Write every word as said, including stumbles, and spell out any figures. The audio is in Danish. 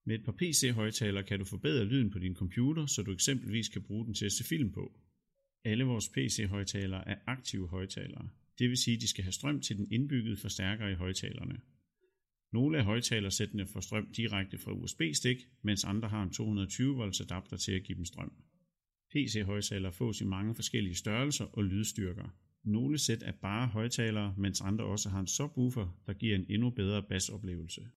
Med et par P C-højttalere kan du forbedre lyden på din computer, så du eksempelvis kan bruge den til at se film på. Alle vores P C-højttalere er aktive højttalere. Det vil sige, at de skal have strøm til den indbyggede forstærker i højttalerne. Nogle af højttalersættene får strøm direkte fra U S B-stik, mens andre har en to hundrede og tyve volts adapter til at give dem strøm. P C-højttalere fås i mange forskellige størrelser og lydstyrker. Nogle sæt er bare højttalere, mens andre også har en subwoofer, der giver en endnu bedre bassoplevelse.